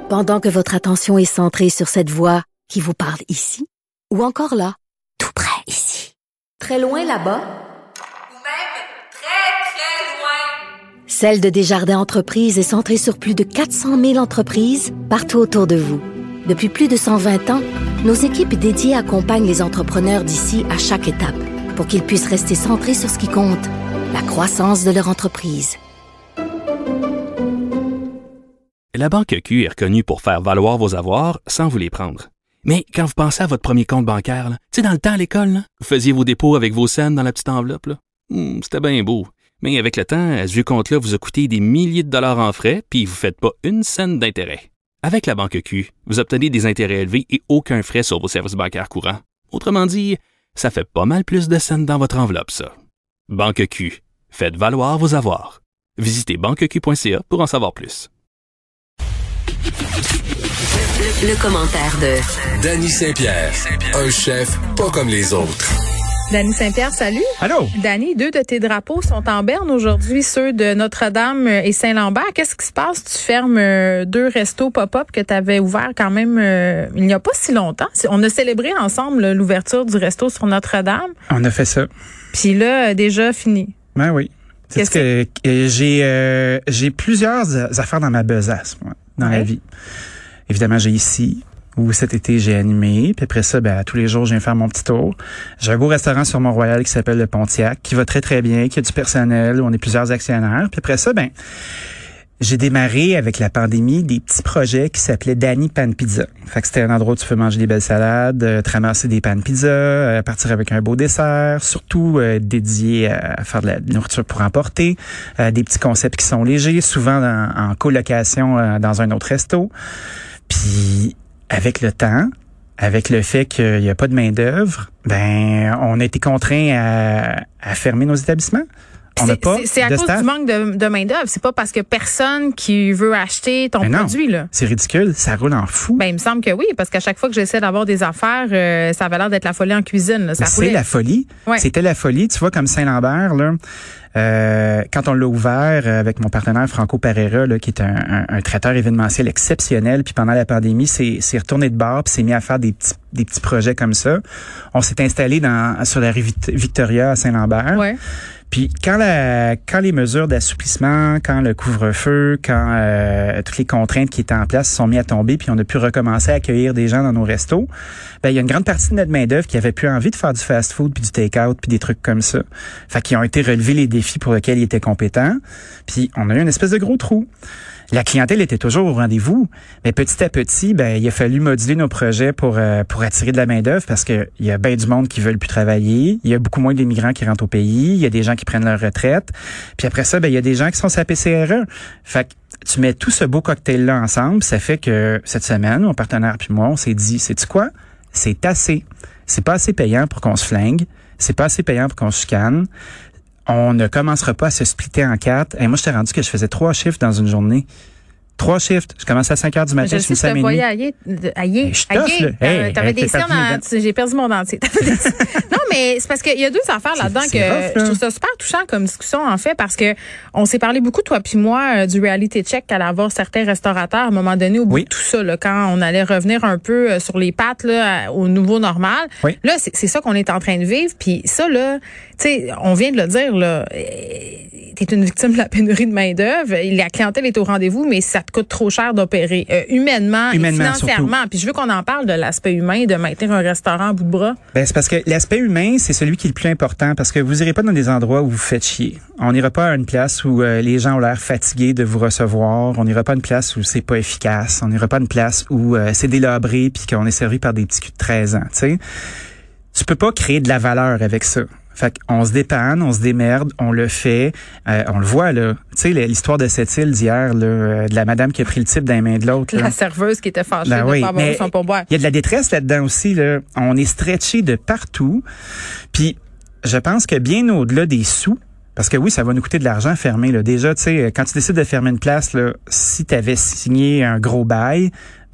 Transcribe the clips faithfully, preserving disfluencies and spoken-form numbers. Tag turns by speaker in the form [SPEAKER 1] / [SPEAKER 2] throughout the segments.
[SPEAKER 1] Pendant que votre attention est centrée sur cette voix qui vous parle ici, ou encore là, tout près ici, très loin là-bas,
[SPEAKER 2] ou même très, très loin.
[SPEAKER 1] Celle de Desjardins Entreprises est centrée sur plus de quatre cent mille entreprises partout autour de vous. Depuis plus de cent vingt ans, nos équipes dédiées accompagnent les entrepreneurs d'ici à chaque étape pour qu'ils puissent rester centrés sur ce qui compte, la croissance de leur entreprise.
[SPEAKER 3] La Banque Q est reconnue pour faire valoir vos avoirs sans vous les prendre. Mais quand vous pensez à votre premier compte bancaire, tu sais, dans le temps à l'école, là, vous faisiez vos dépôts avec vos scènes dans la petite enveloppe. Là. Hum, c'était bien beau. Mais avec le temps, ce vieux compte-là vous a coûté des milliers de dollars en frais, puis vous ne faites pas une scène d'intérêt. Avec la Banque Q, vous obtenez des intérêts élevés et aucun frais sur vos services bancaires courants. Autrement dit, ça fait pas mal plus de scènes dans votre enveloppe, ça. Banque Q. Faites valoir vos avoirs. Visitez banque q point c a pour en savoir plus.
[SPEAKER 4] Le, le commentaire de
[SPEAKER 5] Danny Saint-Pierre, un chef pas comme les autres.
[SPEAKER 6] Danny Saint-Pierre, salut.
[SPEAKER 7] Allô.
[SPEAKER 6] Danny, deux de tes drapeaux sont en berne aujourd'hui, ceux de Notre-Dame et Saint-Lambert. Qu'est-ce qui se passe? Tu fermes euh, deux restos pop-up que tu avais ouverts quand même euh, il n'y a pas si longtemps. On a célébré ensemble là, l'ouverture du resto sur Notre-Dame.
[SPEAKER 7] On a fait ça.
[SPEAKER 6] Puis là, déjà fini.
[SPEAKER 7] Ben oui. C'est
[SPEAKER 6] Qu'est-ce
[SPEAKER 7] que, que j'ai euh, j'ai plusieurs affaires dans ma besace, moi, dans
[SPEAKER 6] ouais.
[SPEAKER 7] la vie. Évidemment, j'ai ici, où cet été, j'ai animé. Puis après ça, ben, tous les jours, je viens faire mon petit tour. J'ai un beau restaurant sur Mont-Royal qui s'appelle le Pontiac, qui va très, très bien, qui a du personnel, où on est plusieurs actionnaires. Puis après ça, ben, j'ai démarré avec la pandémie des petits projets qui s'appelaient Danny Pan Pizza. Fait que c'était un endroit où tu peux manger des belles salades, euh, te ramasser des pan pizza, euh, partir avec un beau dessert, surtout euh, dédié à faire de la nourriture pour emporter, euh, des petits concepts qui sont légers, souvent dans, en colocation euh, dans un autre resto. Puis avec le temps, avec le fait qu'il n'y a pas de main-d'œuvre, ben on a été contraint à, à fermer nos établissements. On n'a pas
[SPEAKER 6] c'est, c'est à
[SPEAKER 7] de
[SPEAKER 6] cause
[SPEAKER 7] staff.
[SPEAKER 6] du manque de, de main-d'œuvre. C'est pas parce que personne qui veut acheter ton
[SPEAKER 7] Mais non,
[SPEAKER 6] produit, là.
[SPEAKER 7] C'est ridicule. Ça roule en fou.
[SPEAKER 6] Ben, il me semble que oui, parce qu'à chaque fois que j'essaie d'avoir des affaires, euh, ça avait l'air d'être la folie en cuisine, là. Ça
[SPEAKER 7] c'est la folie.
[SPEAKER 6] Ouais.
[SPEAKER 7] C'était la folie. Tu vois, comme Saint-Lambert, là, euh, quand on l'a ouvert euh, avec mon partenaire Franco Pereira, là, qui est un, un, un traiteur événementiel exceptionnel, puis pendant la pandémie, c'est, c'est retourné de bord, puis s'est mis à faire des petits, des petits projets comme ça. On s'est installé dans sur la rue Victoria à Saint-Lambert.
[SPEAKER 6] Ouais.
[SPEAKER 7] Puis quand la quand les mesures d'assouplissement, quand le couvre-feu, quand euh, toutes les contraintes qui étaient en place sont mis à tomber, puis on a pu recommencer à accueillir des gens dans nos restos, ben il y a une grande partie de notre main-d'œuvre qui avait plus envie de faire du fast-food puis du take-out puis des trucs comme ça. Fait qu'ils ont été relevés les défis pour lesquels ils étaient compétents. Puis on a eu une espèce de gros trou. La clientèle était toujours au rendez-vous, mais petit à petit, ben il a fallu moduler nos projets pour euh, pour attirer de la main-d'œuvre parce que il y a bien du monde qui veulent plus travailler, il y a beaucoup moins d'immigrants qui rentrent au pays, il y a des gens qui prennent leur retraite, puis après ça, ben il y a des gens qui sont sur la P C R E. Fait que tu mets tout ce beau cocktail là ensemble, ça fait que cette semaine, mon partenaire puis moi, on s'est dit, sais-tu quoi? C'est assez. C'est pas assez payant pour qu'on se flingue, c'est pas assez payant pour qu'on se chicane. On ne commencera pas à se splitter en quatre. Et moi, je t'ai rendu que je faisais trois chiffres dans une journée. Trois shifts. Je commençais à cinq heures du matin,
[SPEAKER 6] je
[SPEAKER 7] je finissais
[SPEAKER 6] sais,
[SPEAKER 7] à
[SPEAKER 6] je te
[SPEAKER 7] minuit.
[SPEAKER 6] voyais ailler, ailler,
[SPEAKER 7] Hey, je t'offre, là. Hey,
[SPEAKER 6] T'avais
[SPEAKER 7] hey,
[SPEAKER 6] des
[SPEAKER 7] t'es
[SPEAKER 6] cernes
[SPEAKER 7] parti
[SPEAKER 6] en... J'ai perdu mon dentier. Non, mais c'est parce qu'il y a deux affaires là-dedans
[SPEAKER 7] c'est
[SPEAKER 6] que
[SPEAKER 7] rough,
[SPEAKER 6] je
[SPEAKER 7] là.
[SPEAKER 6] trouve ça super touchant comme discussion, en fait, parce que on s'est parlé beaucoup, toi puis moi, euh, du reality check qu'allait avoir certains restaurateurs à un moment donné au bout
[SPEAKER 7] Oui.
[SPEAKER 6] de tout ça, là, quand on allait revenir un peu euh, sur les pattes là, au nouveau normal.
[SPEAKER 7] Oui.
[SPEAKER 6] Là, c'est, c'est ça qu'on est en train de vivre. Puis ça, là, tu sais, on vient de le dire, là, euh, t'es une victime de la pénurie de main-d'œuvre. La clientèle est au rendez-vous, mais ça te coûte trop cher d'opérer, euh, humainement,
[SPEAKER 7] Humainement,
[SPEAKER 6] et financièrement.
[SPEAKER 7] surtout.
[SPEAKER 6] Puis je veux qu'on en parle de l'aspect humain, de maintenir un restaurant à bout de bras.
[SPEAKER 7] Ben, c'est parce que l'aspect humain, c'est celui qui est le plus important parce que vous irez pas dans des endroits où vous faites chier. On n'ira pas à une place où euh, les gens ont l'air fatigués de vous recevoir. On n'ira pas à une place où c'est pas efficace. On n'ira pas à une place où euh, c'est délabré puis qu'on est servi par des petits culs de treize ans, tu sais. Tu peux pas créer de la valeur avec ça. Fait qu'on se dépanne, on se démerde, on le fait, euh, on le voit là. Tu sais l'histoire de cette île d'hier là, euh, de la madame qui a pris le type dans les mains de l'autre. Là.
[SPEAKER 6] La serveuse qui était fâchée
[SPEAKER 7] Ben
[SPEAKER 6] de
[SPEAKER 7] oui,
[SPEAKER 6] pas avoir
[SPEAKER 7] mais
[SPEAKER 6] son pourboire.
[SPEAKER 7] il y a de la détresse là-dedans aussi là. On est stretché de partout. Puis je pense que bien au-delà des sous, parce que oui, ça va nous coûter de l'argent fermer là. Déjà, tu sais, quand tu décides de fermer une place là, si tu avais signé un gros bail,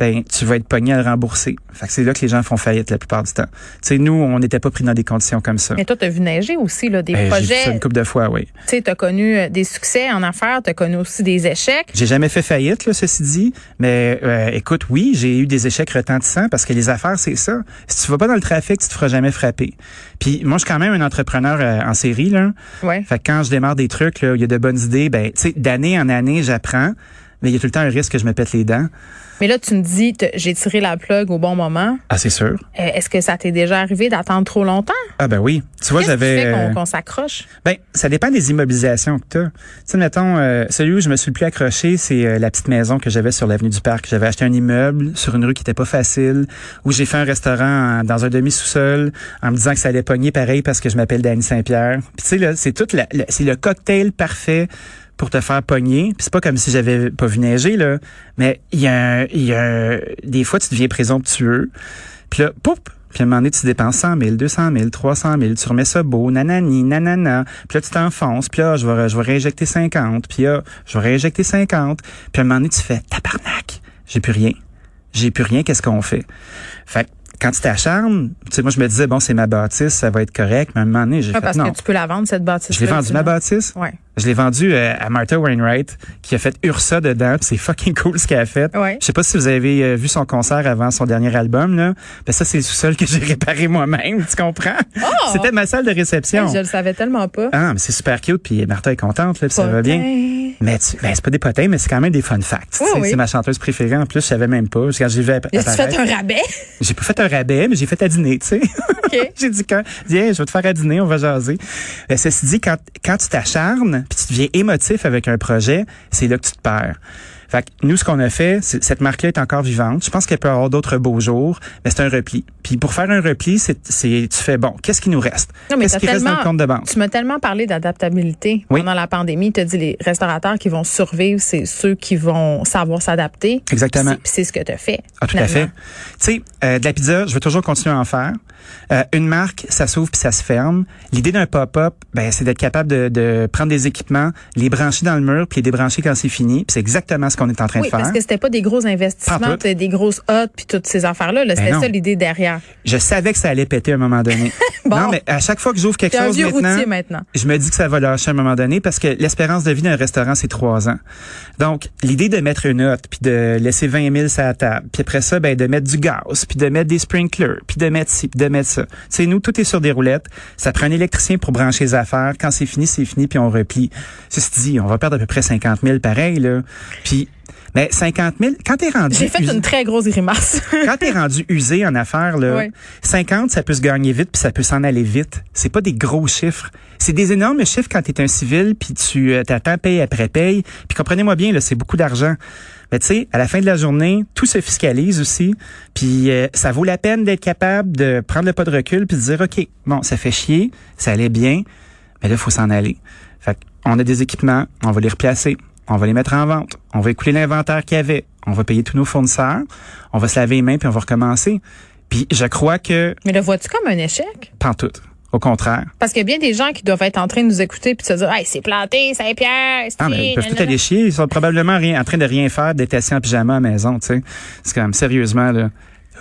[SPEAKER 7] ben tu vas être pogné à le rembourser. Fait que c'est là que les gens font faillite la plupart du temps. Tu sais, nous, on n'était pas pris dans des conditions comme ça.
[SPEAKER 6] Mais toi, tu as vu neiger aussi, là, des
[SPEAKER 7] ben,
[SPEAKER 6] projets.
[SPEAKER 7] J'ai vu ça une couple de fois, oui.
[SPEAKER 6] Tu sais, tu as connu des succès en affaires, tu as connu aussi des échecs.
[SPEAKER 7] J'ai jamais fait faillite, là, ceci dit. Mais euh, écoute, oui, j'ai eu des échecs retentissants parce que les affaires, c'est ça. Si tu vas pas dans le trafic, tu te feras jamais frapper. Puis moi, je suis quand même un entrepreneur euh, en série, là.
[SPEAKER 6] Ouais.
[SPEAKER 7] Fait que quand je démarre des trucs, là, il y a de bonnes idées, ben, tu sais, d'année en année, j'apprends. Mais il y a tout le temps un risque que je me pète les dents.
[SPEAKER 6] Mais là, tu me dis, j'ai tiré la plug au bon moment.
[SPEAKER 7] Ah, c'est sûr.
[SPEAKER 6] Euh, est-ce que ça t'est déjà arrivé d'attendre trop longtemps?
[SPEAKER 7] Ah, ben oui. Tu vois,
[SPEAKER 6] Qu'est-ce
[SPEAKER 7] j'avais...
[SPEAKER 6] Qu'est-ce qui fait qu'on, qu'on s'accroche?
[SPEAKER 7] Ben, ça dépend des immobilisations que tu as. Tu sais, mettons, euh, celui où je me suis le plus accroché, c'est euh, la petite maison que j'avais sur l'avenue du Parc. J'avais acheté un immeuble sur une rue qui était pas facile, où j'ai fait un restaurant en, dans un demi-sous-sol, en me disant que ça allait pogner pareil parce que je m'appelle Dany Saint-Pierre. Puis tu sais, là, c'est tout la, la, c'est le cocktail parfait pour te faire pogner. Puis c'est pas comme si j'avais pas vu neiger, là. Mais il y a, il y a des fois, tu deviens présomptueux. Puis là, pouf! Puis à un moment donné, tu dépenses cent mille, deux cent mille, trois cent mille, tu remets ça beau, nanani, nanana. Puis là, tu t'enfonces. Puis là, je vais, je vais réinjecter cinquante. Puis là, je vais réinjecter cinquante. Puis à un moment donné, tu fais tabarnak. J'ai plus rien. J'ai plus rien. Qu'est-ce qu'on fait? Fait que quand tu t'acharnes, tu sais, moi, je me disais, bon, c'est ma bâtisse, ça va être correct. Mais à un moment donné, j'ai
[SPEAKER 6] ah,
[SPEAKER 7] fait
[SPEAKER 6] parce
[SPEAKER 7] non.
[SPEAKER 6] Parce que tu peux la vendre, cette bâtisse.
[SPEAKER 7] Je l'ai vendue, ma bâtisse?
[SPEAKER 6] Ouais.
[SPEAKER 7] Je l'ai vendue euh, à Martha Wainwright, qui a fait Ursa dedans, puis c'est fucking cool ce qu'elle a fait.
[SPEAKER 6] Ouais.
[SPEAKER 7] Je sais pas si vous avez euh, vu son concert avant son dernier album, là. Ben ça, c'est le sous-sol que j'ai réparé moi-même, tu comprends? Oh! C'était ma salle de réception.
[SPEAKER 6] Hey, je le savais tellement pas.
[SPEAKER 7] Ah, mais c'est super cute, puis Martha est contente, là, puis ça va bien. Mais tu, ben c'est pas des potins, mais c'est quand même des fun facts.
[SPEAKER 6] Oui, oui.
[SPEAKER 7] C'est ma chanteuse préférée, en plus, je savais même pas. Quand j'ai vu apparaître.
[SPEAKER 6] As-tu fait un rabais?
[SPEAKER 7] J'ai pas fait un rabais, mais j'ai fait à dîner, tu sais.
[SPEAKER 6] Okay.
[SPEAKER 7] J'ai dit, quand, viens, je vais te faire à dîner, on va jaser. Ben, ceci dit, quand, quand tu t'acharnes, puis tu deviens émotif avec un projet, c'est là que tu te perds. Fait que nous, ce qu'on a fait, c'est, cette marque-là est encore vivante. Je pense qu'elle peut avoir d'autres beaux jours, mais c'est un repli. Puis pour faire un repli, c'est, c'est tu fais, bon, qu'est-ce qui nous reste?
[SPEAKER 6] Non, mais
[SPEAKER 7] qu'est-ce qui reste dans le compte de banque?
[SPEAKER 6] Tu m'as tellement parlé d'adaptabilité
[SPEAKER 7] oui.
[SPEAKER 6] pendant la pandémie. Tu as dit les restaurateurs qui vont survivre, c'est ceux qui vont savoir s'adapter.
[SPEAKER 7] Exactement.
[SPEAKER 6] Puis c'est, c'est ce que tu as fait.
[SPEAKER 7] Ah, tout
[SPEAKER 6] finalement.
[SPEAKER 7] à fait. Tu sais, euh, de la pizza, je vais toujours continuer à en faire. Euh, une marque, ça s'ouvre puis ça se ferme. L'idée d'un pop-up, ben, c'est d'être capable de, de prendre des équipements, les brancher dans le mur puis les débrancher quand c'est fini. Puis c'est exactement ce qu'on est en train
[SPEAKER 6] oui,
[SPEAKER 7] de faire.
[SPEAKER 6] Oui, parce que c'était pas des gros investissements, des grosses hottes puis toutes ces affaires-là. Là, c'était ben ça l'idée derrière.
[SPEAKER 7] Je savais que ça allait péter à un moment donné.
[SPEAKER 6] bon.
[SPEAKER 7] Non, mais à chaque fois que j'ouvre quelque
[SPEAKER 6] T'es
[SPEAKER 7] chose
[SPEAKER 6] un vieux
[SPEAKER 7] maintenant,
[SPEAKER 6] routier maintenant,
[SPEAKER 7] je me dis que ça va lâcher à un moment donné parce que l'espérance de vie d'un restaurant, c'est trois ans. Donc, l'idée de mettre une hotte puis de laisser vingt mille sur la table, puis après ça, ben de mettre du gaz, puis de mettre des sprinklers, puis de mettre ci, puis de mettre ça. Tu sais, nous, tout est sur des roulettes. Ça prend un électricien pour brancher les affaires. Quand c'est fini, c'est fini, puis on replie. Ceci dit, on va perdre à peu près cinquante mille pareil, là. Puis, mais cinquante mille, quand t'es rendu...
[SPEAKER 6] J'ai fait usé, une très grosse grimace.
[SPEAKER 7] quand t'es rendu usé en affaires, là, oui. cinquante, ça peut se gagner vite, puis ça peut s'en aller vite. C'est pas des gros chiffres. C'est des énormes chiffres quand t'es un civil, puis tu euh, t'attends paye après paye. Puis comprenez-moi bien, là, c'est beaucoup d'argent. Mais tu sais, à la fin de la journée, tout se fiscalise aussi. Puis euh, ça vaut la peine d'être capable de prendre le pas de recul puis de dire, OK, bon, ça fait chier, ça allait bien, mais là, il faut s'en aller. Fait qu'on a des équipements, on va les replacer. On va les mettre en vente. On va écouler l'inventaire qu'il y avait. On va payer tous nos fournisseurs. On va se laver les mains puis on va recommencer. Puis je crois que...
[SPEAKER 6] Mais le vois-tu comme un échec?
[SPEAKER 7] Pantoute. Au contraire.
[SPEAKER 6] Parce qu'il y a bien des gens qui doivent être en train de nous écouter puis de se dire, hey, c'est planté, Saint-Pierre, c'est...
[SPEAKER 7] Ah, mais ils peuvent tout aller chier. Ils sont probablement rien, en train de rien faire, d'être assis en pyjama à la maison, tu sais. C'est quand même, sérieusement, là.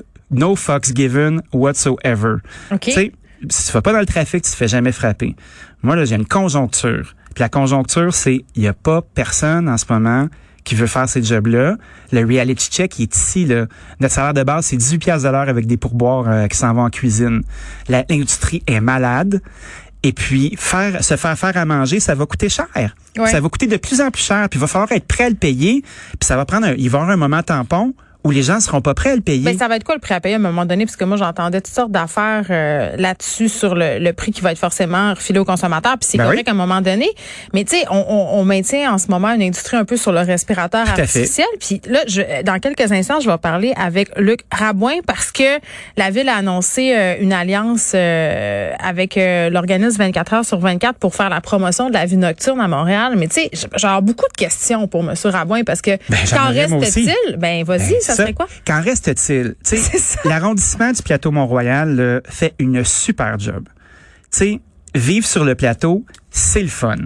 [SPEAKER 7] No fucks given whatsoever.
[SPEAKER 6] OK.
[SPEAKER 7] Tu sais, si tu vas pas dans le trafic, tu te fais jamais frapper. Moi, là, j'ai une conjoncture. Puis la conjoncture, c'est, il y a pas personne en ce moment qui veut faire ces jobs-là. Le reality check, il est ici, là. Notre salaire de base, c'est dix-huit piastres de l'heure avec des pourboires euh, qui s'en vont en cuisine. La, l'industrie est malade. Et puis, faire, se faire faire à manger, ça va coûter cher. Ouais. Ça va coûter de plus en plus cher. Puis, il va falloir être prêt à le payer. Puis, ça va prendre un, il va y avoir un moment tampon où les gens seront pas prêts à le payer.
[SPEAKER 6] Ben, ça va être quoi le prêt à payer à un moment donné? Parce que moi, j'entendais toutes sortes d'affaires euh, là-dessus sur le, le prix qui va être forcément refilé aux consommateurs. Puis c'est ben correct oui. à un moment donné. Mais tu sais, on, on, on maintient en ce moment une industrie un peu sur le respirateur
[SPEAKER 7] Tout
[SPEAKER 6] artificiel. Puis là, je, dans quelques instants, je vais parler avec Luc Rabouin parce que la Ville a annoncé euh, une alliance euh, avec euh, l'organisme vingt-quatre heures sur vingt-quatre pour faire la promotion de la vie nocturne à Montréal. Mais tu sais, j'ai beaucoup de questions pour M. Rabouin parce que
[SPEAKER 7] ben,
[SPEAKER 6] qu'en reste-t-il? Ben vas-y. Ben, Ça, ça serait quoi?
[SPEAKER 7] Qu'en reste-t-il? L'arrondissement du plateau Mont-Royal là, fait une super job. Tu sais, vivre sur le plateau, c'est le fun.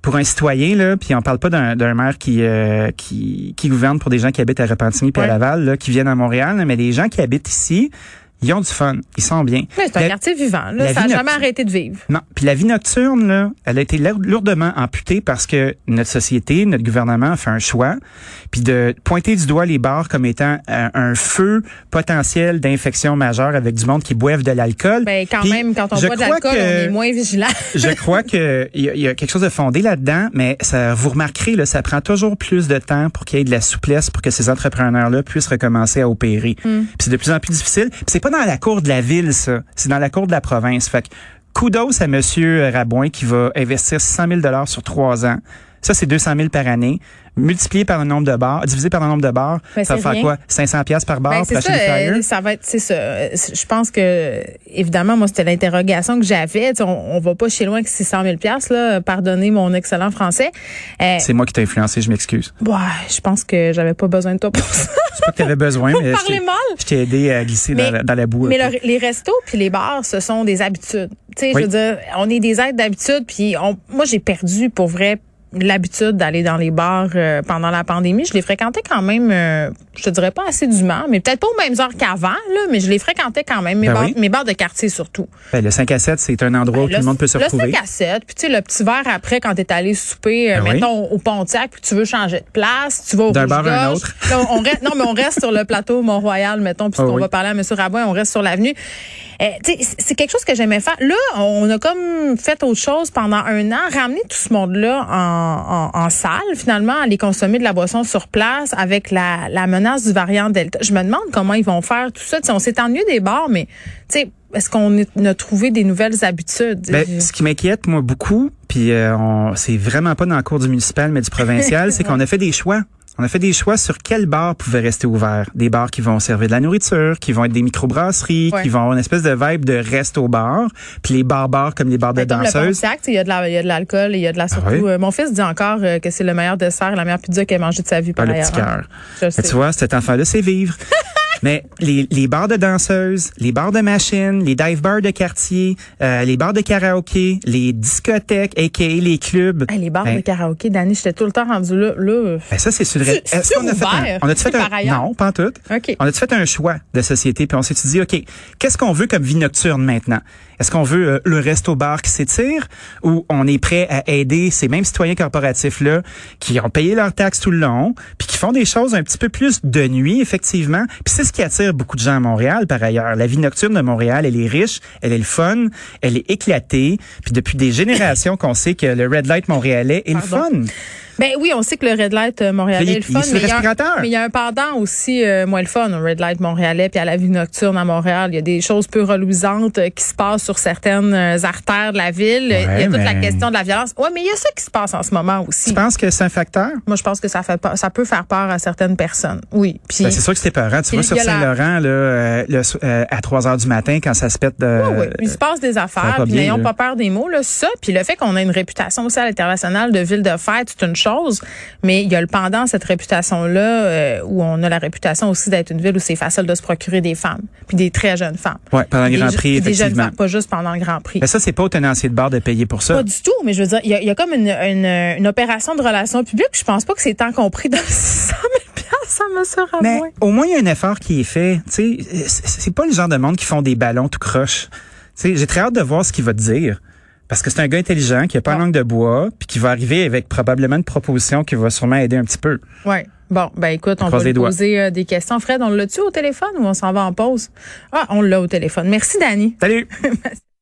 [SPEAKER 7] pour un citoyen, là, puis on parle pas d'un, d'un maire qui, euh, qui qui gouverne pour des gens qui habitent à Repentigny puis
[SPEAKER 6] ouais.
[SPEAKER 7] à Laval, là, qui viennent à Montréal, là, mais les gens qui habitent ici, ils ont du fun, ils sont bien.
[SPEAKER 6] Mais c'est un
[SPEAKER 7] la,
[SPEAKER 6] quartier vivant, là, ça n'a jamais arrêté de vivre.
[SPEAKER 7] Non, puis la vie nocturne, là, elle a été lourdement amputée parce que notre société, notre gouvernement a fait un choix, puis de pointer du doigt les bars comme étant un, un feu potentiel d'infection majeure avec du monde qui boive de l'alcool.
[SPEAKER 6] Ben quand
[SPEAKER 7] puis
[SPEAKER 6] même, quand on boit de l'alcool,
[SPEAKER 7] que,
[SPEAKER 6] on est moins vigilant.
[SPEAKER 7] Je crois que il y, y a quelque chose de fondé là-dedans, mais ça, vous remarquerez, là, ça prend toujours plus de temps pour qu'il y ait de la souplesse pour que ces entrepreneurs-là puissent recommencer à opérer. Mm. Puis c'est de plus en plus difficile. Puis c'est pas dans la cour de la ville, ça. C'est dans la cour de la province. Fait que kudos à Monsieur Rabouin qui va investir six cent mille dollars sur trois ans. Ça, c'est deux cent mille par année. Multiplié par le nombre de bars, divisé par le nombre de bars, ben, ça va faire rien. Quoi? cinq cents piastres par bar
[SPEAKER 6] ben,
[SPEAKER 7] pour acheter
[SPEAKER 6] ça,
[SPEAKER 7] des flyers?
[SPEAKER 6] Euh, ça va être, c'est ça. Je pense que, évidemment, moi, c'était l'interrogation que j'avais. T'sais, on, on va pas chez loin avec six cent mille piastres, là. Pardonnez mon excellent français.
[SPEAKER 7] Euh, c'est moi qui t'ai influencé, je m'excuse.
[SPEAKER 6] Ouais, je pense que j'avais pas besoin de toi pour ça.
[SPEAKER 7] Je sais pas que t'avais besoin, mais je t'ai, je t'ai aidé à glisser mais, dans, la, dans la boue.
[SPEAKER 6] Mais le, les restos puis les bars, ce sont des habitudes. Tu sais, oui. Je veux dire, on est des êtres d'habitude, puis on, moi, j'ai perdu, pour vrai, l'habitude d'aller dans les bars euh, pendant la pandémie. Je les fréquentais quand même, euh, je te dirais pas assidûment, mais peut-être pas aux mêmes heures qu'avant, là, mais je les fréquentais quand même, mes, ben bars, oui. mes bars de quartier surtout.
[SPEAKER 7] Ben, le cinq à sept, c'est un endroit ben, où le, tout le monde peut se
[SPEAKER 6] le
[SPEAKER 7] retrouver.
[SPEAKER 6] Le cinq à sept, puis tu sais, le petit verre après quand t'es allé souper, ben euh, mettons, oui. au Pontiac, puis tu veux changer de place, tu vas au
[SPEAKER 7] D'un bar à un autre.
[SPEAKER 6] Là, on reste, non, mais on reste sur le plateau Mont-Royal, mettons, puisqu'on oh, oui. va parler à M. Rabouin, on reste sur l'avenue. Euh, c'est quelque chose que j'aimais faire. Là, on a comme fait autre chose pendant un an, ramener tout ce monde-là en, en, en salle, finalement, aller consommer de la boisson sur place avec la, la menace du variant Delta. Je me demande comment ils vont faire tout ça. T'sais, on s'est ennuyé des bars, mais t'sais, est-ce qu'on a trouvé des nouvelles habitudes?
[SPEAKER 7] Ben, ce qui m'inquiète, moi, beaucoup, puis euh, on, c'est vraiment pas dans le cours du municipal, mais du provincial, c'est qu'on a fait des choix. On a fait des choix sur quels bars pouvaient rester ouverts. Des bars qui vont servir de la nourriture, qui vont être des microbrasseries, ouais. qui vont avoir une espèce de vibe de resto-bar. Puis les bars-bars comme les bars de
[SPEAKER 6] ben,
[SPEAKER 7] danseuses.
[SPEAKER 6] Il y a de la, il y a de l'alcool, il y a de la surtout. Ah oui? euh, mon fils dit encore euh, que c'est le meilleur dessert, la meilleure pizza qu'il a mangé de sa vie par
[SPEAKER 7] ah,
[SPEAKER 6] ailleurs.
[SPEAKER 7] Le petit cœur. Hein? Tu vois, cet enfant-là, c'est vivre. Mais les, les bars de danseuses, les bars de machines, les dive bars de quartier, euh, les bars de karaoké, les discothèques, a k a les clubs.
[SPEAKER 6] Hey, les bars
[SPEAKER 7] ben,
[SPEAKER 6] de karaoké, Dani, j'étais tout le temps rendu là. là.
[SPEAKER 7] Ben ça, c'est sur le...
[SPEAKER 6] Est-ce est qu'on a fait un...
[SPEAKER 7] On a fait un... Non, pas en tout.
[SPEAKER 6] Okay.
[SPEAKER 7] On a fait un choix de société, puis on s'est dit, OK, qu'est-ce qu'on veut comme vie nocturne maintenant? Est-ce qu'on veut euh, le resto-bar qui s'étire ou on est prêt à aider ces mêmes citoyens corporatifs-là qui ont payé leurs taxes tout le long puis qui font des choses un petit peu plus de nuit, effectivement. Puis c'est ce qui attire beaucoup de gens à Montréal, par ailleurs. La vie nocturne de Montréal, elle est riche, elle est le fun, elle est éclatée. Puis depuis des générations qu'on sait que le Red Light montréalais est Pardon. le fun.
[SPEAKER 6] Ben oui, on sait que le Red Light montréalais est le fun,
[SPEAKER 7] mais il, y a un,
[SPEAKER 6] mais il y a un pendant aussi euh, moins le fun au Red Light montréalais puis à la vie nocturne à Montréal. Il y a des choses peu reluisantes qui se passent sur certaines artères de la ville. Ouais, il y a toute mais... la question de la violence. Ouais, mais il y a ça qui se passe en ce moment aussi.
[SPEAKER 7] Tu penses que c'est un facteur?
[SPEAKER 6] Moi, je pense que ça fait peur, ça peut faire peur à certaines personnes. Oui. Puis
[SPEAKER 7] ben, c'est sûr que c'était peurant. Tu vois sur Saint-Laurent là, euh, le, euh, à trois heures du matin quand ça se pète de.
[SPEAKER 6] Oui, oui. Il se passe des affaires. Puis n'ayons pas peur des mots là. Ça. Puis le fait qu'on a une réputation aussi à l'international de ville de fête, c'est une chose. Mais il y a le pendant à cette réputation-là euh, où on a la réputation aussi d'être une ville où c'est facile de se procurer des femmes, puis des très jeunes femmes.
[SPEAKER 7] Oui, pendant le Grand
[SPEAKER 6] des,
[SPEAKER 7] Prix, effectivement.
[SPEAKER 6] Des jeunes femmes, pas juste pendant le Grand Prix.
[SPEAKER 7] Mais ça, c'est pas au tenancier de bar de payer pour ça.
[SPEAKER 6] Pas du tout, mais je veux dire, il y a, y a comme une, une, une opération de relations publiques. Je pense pas que c'est tant compris dans six cent mille piastres, ça me sera
[SPEAKER 7] Mais
[SPEAKER 6] moins.
[SPEAKER 7] Au moins, il y a un effort qui est fait. Tu sais, c'est pas le genre de monde qui font des ballons tout croche. Tu sais, j'ai très hâte de voir ce qu'il va te dire. Parce que c'est un gars intelligent qui a pas une langue de bois puis qui va arriver avec probablement une proposition qui va sûrement aider un petit peu.
[SPEAKER 6] Ouais. Bon, ben écoute, on, on va lui poser euh, des questions. Fred, on l'a-tu au téléphone ou on s'en va en pause? Ah, on l'a au téléphone. Merci, Dani.
[SPEAKER 7] Salut!